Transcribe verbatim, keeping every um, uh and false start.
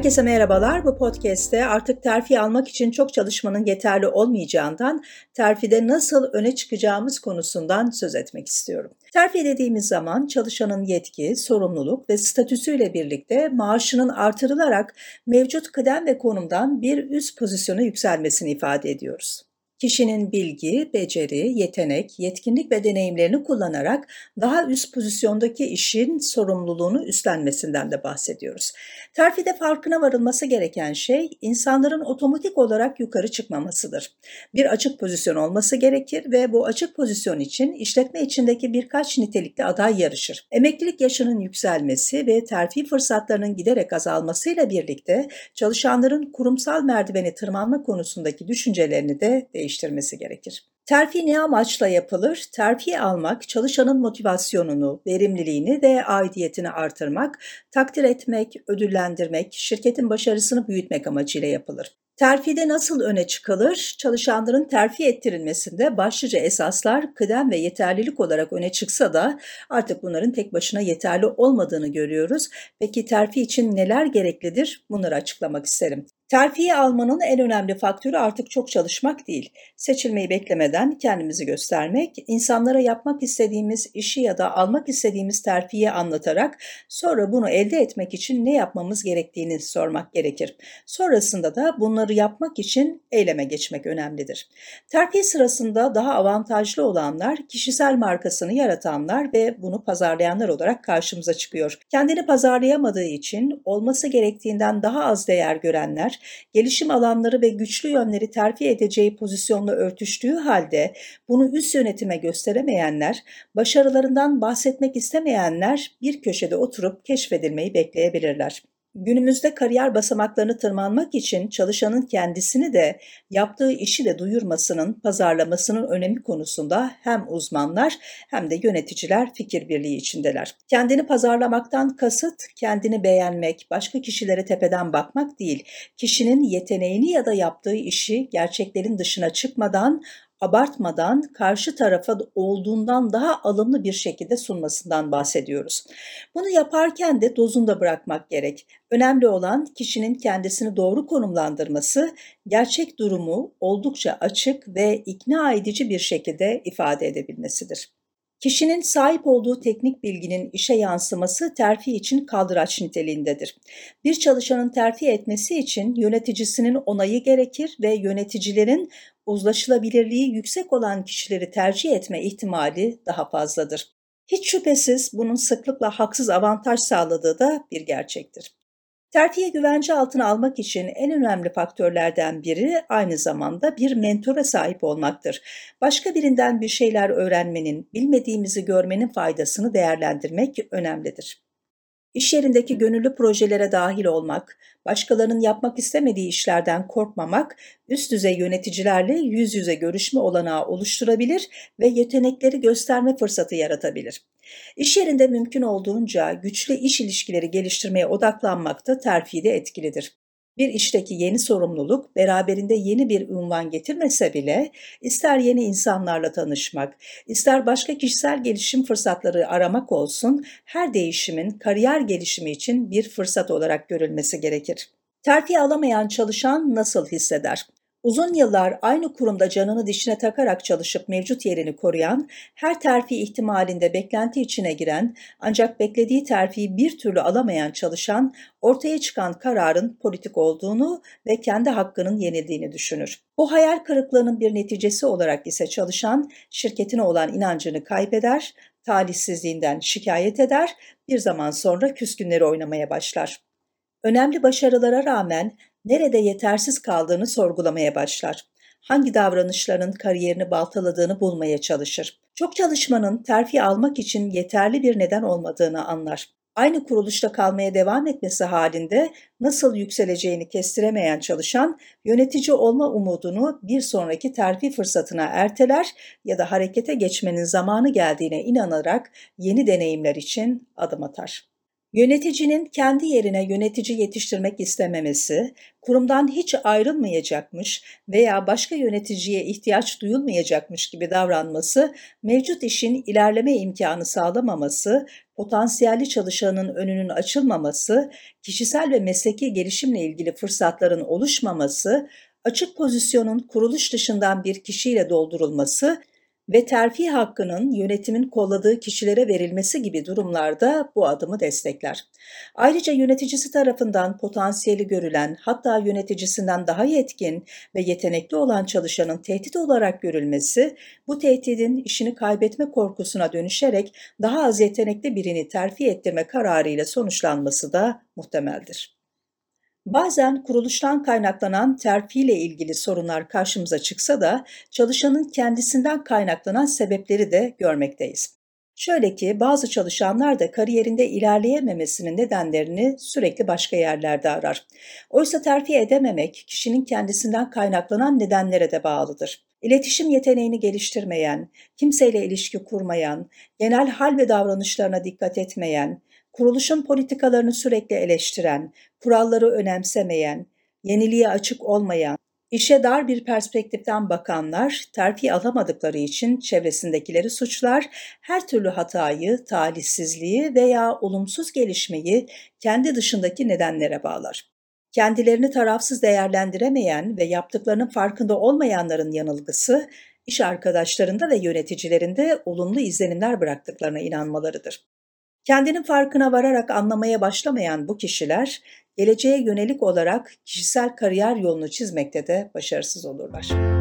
Herkese merhabalar. Bu podcast'te artık terfi almak için çok çalışmanın yeterli olmayacağından, terfide nasıl öne çıkacağımız konusundan söz etmek istiyorum. Terfi dediğimiz zaman çalışanın yetki, sorumluluk ve statüsüyle birlikte maaşının artırılarak mevcut kıdem ve konumdan bir üst pozisyona yükselmesini ifade ediyoruz. Kişinin bilgi, beceri, yetenek, yetkinlik ve deneyimlerini kullanarak daha üst pozisyondaki işin sorumluluğunu üstlenmesinden de bahsediyoruz. Terfide farkına varılması gereken şey insanların otomatik olarak yukarı çıkmamasıdır. Bir açık pozisyon olması gerekir ve bu açık pozisyon için işletme içindeki birkaç nitelikli aday yarışır. Emeklilik yaşının yükselmesi ve terfi fırsatlarının giderek azalmasıyla birlikte çalışanların kurumsal merdiveni tırmanma konusundaki düşüncelerini de değiştirmesi gerekir. Terfi ne amaçla yapılır? Terfi almak, çalışanın motivasyonunu, verimliliğini ve aidiyetini artırmak, takdir etmek, ödüllendirmek, şirketin başarısını büyütmek amacıyla yapılır. Terfide nasıl öne çıkılır? Çalışanların terfi ettirilmesinde başlıca esaslar kıdem ve yeterlilik olarak öne çıksa da artık bunların tek başına yeterli olmadığını görüyoruz. Peki terfi için neler gereklidir? Bunları açıklamak isterim. Terfiyi almanın en önemli faktörü artık çok çalışmak değil. Seçilmeyi beklemeden kendimizi göstermek, insanlara yapmak istediğimiz işi ya da almak istediğimiz terfiyi anlatarak sonra bunu elde etmek için ne yapmamız gerektiğini sormak gerekir. Sonrasında da bunları yapmak için eyleme geçmek önemlidir. Terfi sırasında daha avantajlı olanlar kişisel markasını yaratanlar ve bunu pazarlayanlar olarak karşımıza çıkıyor. Kendini pazarlayamadığı için olması gerektiğinden daha az değer görenler, gelişim alanları ve güçlü yönleri terfi edeceği pozisyonla örtüştüğü halde bunu üst yönetime gösteremeyenler, başarılarından bahsetmek istemeyenler bir köşede oturup keşfedilmeyi bekleyebilirler. Günümüzde kariyer basamaklarını tırmanmak için çalışanın kendisini de yaptığı işi de duyurmasının, pazarlamasının önemi konusunda hem uzmanlar hem de yöneticiler fikir birliği içindeler. Kendini pazarlamaktan kasıt kendini beğenmek, başka kişilere tepeden bakmak değil, kişinin yeteneğini ya da yaptığı işi gerçeklerin dışına çıkmadan, abartmadan karşı tarafa olduğundan daha alımlı bir şekilde sunmasından bahsediyoruz. Bunu yaparken de dozunda bırakmak gerek. Önemli olan kişinin kendisini doğru konumlandırması, gerçek durumu oldukça açık ve ikna edici bir şekilde ifade edebilmesidir. Kişinin sahip olduğu teknik bilginin işe yansıması terfi için kaldıraç niteliğindedir. Bir çalışanın terfi etmesi için yöneticisinin onayı gerekir ve yöneticilerin uzlaşılabilirliği yüksek olan kişileri tercih etme ihtimali daha fazladır. Hiç şüphesiz bunun sıklıkla haksız avantaj sağladığı da bir gerçektir. Terfiyi güvence altına almak için en önemli faktörlerden biri aynı zamanda bir mentora sahip olmaktır. Başka birinden bir şeyler öğrenmenin, bilmediğimizi görmenin faydasını değerlendirmek önemlidir. İş yerindeki gönüllü projelere dahil olmak, başkalarının yapmak istemediği işlerden korkmamak, üst düzey yöneticilerle yüz yüze görüşme olanağı oluşturabilir ve yetenekleri gösterme fırsatı yaratabilir. İş yerinde mümkün olduğunca güçlü iş ilişkileri geliştirmeye odaklanmak da terfide etkilidir. Bir işteki yeni sorumluluk beraberinde yeni bir unvan getirmese bile ister yeni insanlarla tanışmak, ister başka kişisel gelişim fırsatları aramak olsun, her değişimin kariyer gelişimi için bir fırsat olarak görülmesi gerekir. Terfi alamayan çalışan nasıl hisseder? Uzun yıllar aynı kurumda canını dişine takarak çalışıp mevcut yerini koruyan, her terfi ihtimalinde beklenti içine giren ancak beklediği terfiyi bir türlü alamayan çalışan, ortaya çıkan kararın politik olduğunu ve kendi hakkının yenildiğini düşünür. Bu hayal kırıklığının bir neticesi olarak ise çalışan, şirketine olan inancını kaybeder, talihsizliğinden şikayet eder, bir zaman sonra küskünleri oynamaya başlar. Önemli başarılara rağmen nerede yetersiz kaldığını sorgulamaya başlar. Hangi davranışların kariyerini baltaladığını bulmaya çalışır. Çok çalışmanın terfi almak için yeterli bir neden olmadığını anlar. Aynı kuruluşta kalmaya devam etmesi halinde nasıl yükseleceğini kestiremeyen çalışan, yönetici olma umudunu bir sonraki terfi fırsatına erteler ya da harekete geçmenin zamanı geldiğine inanarak yeni deneyimler için adım atar. Yöneticinin kendi yerine yönetici yetiştirmek istememesi, kurumdan hiç ayrılmayacakmış veya başka yöneticiye ihtiyaç duyulmayacakmış gibi davranması, mevcut işin ilerleme imkanı sağlamaması, potansiyelli çalışanın önünün açılmaması, kişisel ve mesleki gelişimle ilgili fırsatların oluşmaması, açık pozisyonun kuruluş dışından bir kişiyle doldurulması ve terfi hakkının yönetimin kolladığı kişilere verilmesi gibi durumlarda bu adımı destekler. Ayrıca yöneticisi tarafından potansiyeli görülen, hatta yöneticisinden daha yetkin ve yetenekli olan çalışanın tehdit olarak görülmesi, bu tehdidin işini kaybetme korkusuna dönüşerek daha az yetenekli birini terfi ettirme kararıyla sonuçlanması da muhtemeldir. Bazen kuruluştan kaynaklanan terfiyle ilgili sorunlar karşımıza çıksa da çalışanın kendisinden kaynaklanan sebepleri de görmekteyiz. Şöyle ki bazı çalışanlar da kariyerinde ilerleyememesinin nedenlerini sürekli başka yerlerde arar. Oysa terfi edememek kişinin kendisinden kaynaklanan nedenlere de bağlıdır. İletişim yeteneğini geliştirmeyen, kimseyle ilişki kurmayan, genel hal ve davranışlarına dikkat etmeyen, kuruluşun politikalarını sürekli eleştiren, kuralları önemsemeyen, yeniliğe açık olmayan, işe dar bir perspektiften bakanlar terfi alamadıkları için çevresindekileri suçlar, her türlü hatayı, talihsizliği veya olumsuz gelişmeyi kendi dışındaki nedenlere bağlar. Kendilerini tarafsız değerlendiremeyen ve yaptıklarının farkında olmayanların yanılgısı, iş arkadaşlarında ve yöneticilerinde olumlu izlenimler bıraktıklarına inanmalarıdır. Kendinin farkına vararak anlamaya başlamayan bu kişiler, geleceğe yönelik olarak kişisel kariyer yolunu çizmekte de başarısız olurlar.